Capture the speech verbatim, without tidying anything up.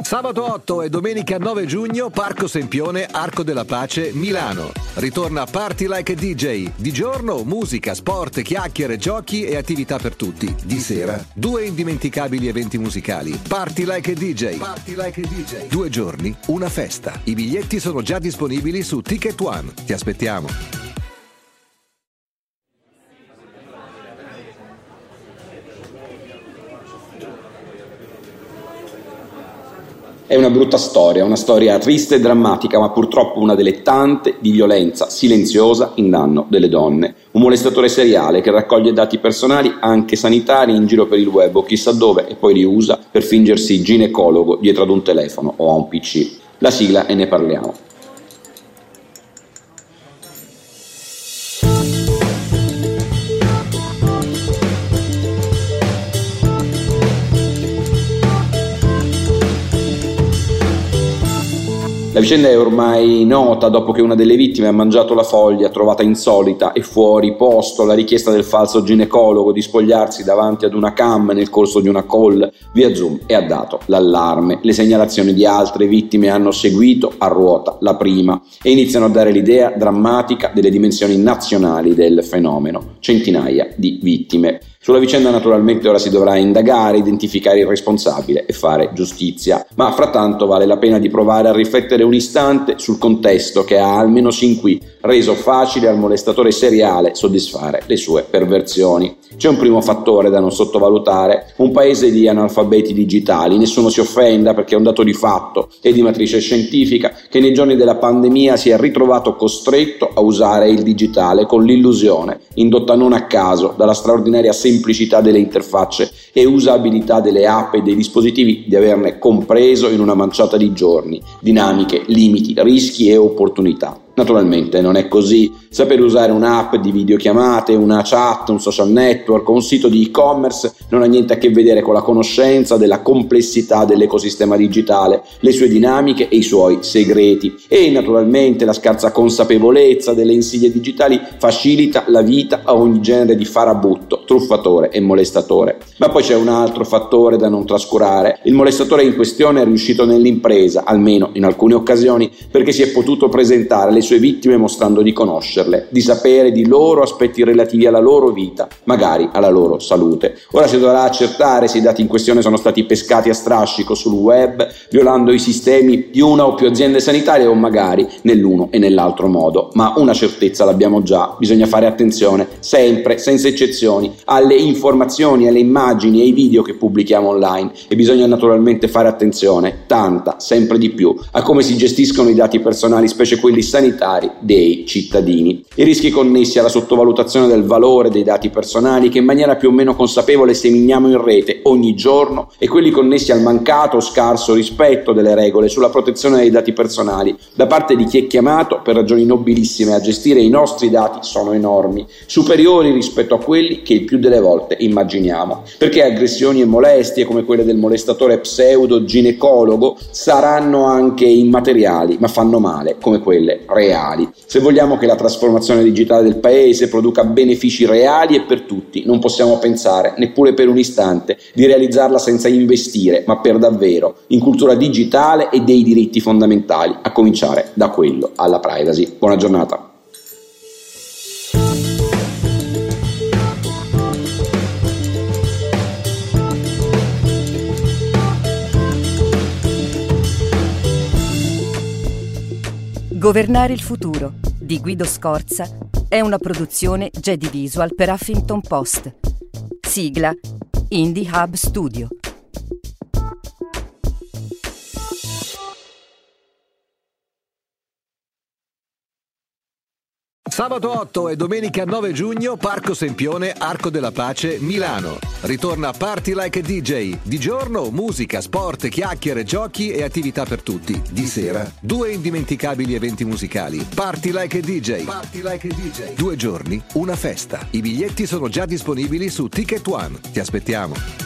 Sabato otto e domenica nove giugno, Parco Sempione, Arco della Pace, Milano. Ritorna Party Like a D J. Di giorno, musica, sport, chiacchiere, giochi e attività per tutti. Di sera, due indimenticabili eventi musicali. Party Like a D J. Party Like a D J. Due giorni, una festa. I biglietti sono già disponibili su Ticket One. Ti aspettiamo. È una brutta storia, una storia triste e drammatica, ma purtroppo una delle tante di violenza silenziosa in danno delle donne. Un molestatore seriale che raccoglie dati personali, anche sanitari, in giro per il web o chissà dove e poi li usa per fingersi ginecologo dietro ad un telefono o a un P C. La sigla e ne parliamo. La vicenda è ormai nota dopo che una delle vittime ha mangiato la foglia trovata insolita e fuori posto la richiesta del falso ginecologo di spogliarsi davanti ad una cam nel corso di una call via Zoom e ha dato l'allarme. Le segnalazioni di altre vittime hanno seguito a ruota la prima e iniziano a dare l'idea drammatica delle dimensioni nazionali del fenomeno. Centinaia di vittime. Sulla vicenda naturalmente ora si dovrà indagare, identificare il responsabile e fare giustizia, ma frattanto vale la pena di provare a riflettere un istante sul contesto che ha, almeno sin qui, reso facile al molestatore seriale soddisfare le sue perversioni. C'è un primo fattore da non sottovalutare: un paese di analfabeti digitali. Nessuno si offenda, perché è un dato di fatto e di matrice scientifica che nei giorni della pandemia si è ritrovato costretto a usare il digitale con l'illusione, indotta non a caso dalla straordinaria semplicità delle interfacce e usabilità delle app e dei dispositivi, di averne compreso in una manciata di giorni dinamiche, limiti, rischi e opportunità. Naturalmente non è così. Saper usare un'app di videochiamate, una chat, un social network, un sito di e-commerce non ha niente a che vedere con la conoscenza della complessità dell'ecosistema digitale, le sue dinamiche e i suoi segreti. E naturalmente la scarsa consapevolezza delle insidie digitali facilita la vita a ogni genere di farabutto, truffatore e molestatore. Ma poi c'è un altro fattore da non trascurare: il molestatore in questione è riuscito nell'impresa, almeno in alcune occasioni, perché si è potuto presentare le sue vittime mostrando di conoscerle, di sapere di loro aspetti relativi alla loro vita, magari alla loro salute. Ora si dovrà accertare se i dati in questione sono stati pescati a strascico sul web, violando i sistemi di una o più aziende sanitarie, o magari nell'uno e nell'altro modo. Ma una certezza l'abbiamo già: bisogna fare attenzione sempre, senza eccezioni, alle informazioni, alle immagini e ai video che pubblichiamo online, e bisogna naturalmente fare attenzione, tanta, sempre di più, a come si gestiscono i dati personali, specie quelli sanitari, dei cittadini. I rischi connessi alla sottovalutazione del valore dei dati personali che in maniera più o meno consapevole seminiamo in rete ogni giorno, e quelli connessi al mancato o scarso rispetto delle regole sulla protezione dei dati personali da parte di chi è chiamato, per ragioni nobilissime, a gestire i nostri dati sono enormi, superiori rispetto a quelli che il più delle volte immaginiamo, perché aggressioni e molestie come quelle del molestatore pseudo ginecologo saranno anche immateriali, ma fanno male come quelle reali. Se vogliamo che la trasformazione digitale del paese produca benefici reali e per tutti, non possiamo pensare, neppure per un istante, di realizzarla senza investire, ma per davvero, in cultura digitale e dei diritti fondamentali, a cominciare da quello alla privacy. Buona giornata. Governare il futuro di Guido Scorza è una produzione Jedi Visual per Huffington Post. Sigla Indie Hub Studio. Sabato otto e domenica nove giugno, Parco Sempione, Arco della Pace, Milano. Ritorna Party Like a D J. Di giorno, musica, sport, chiacchiere, giochi e attività per tutti. Di sera, due indimenticabili eventi musicali. Party Like a D J. Party Like a D J. Due giorni, una festa. I biglietti sono già disponibili su Ticket One. Ti aspettiamo.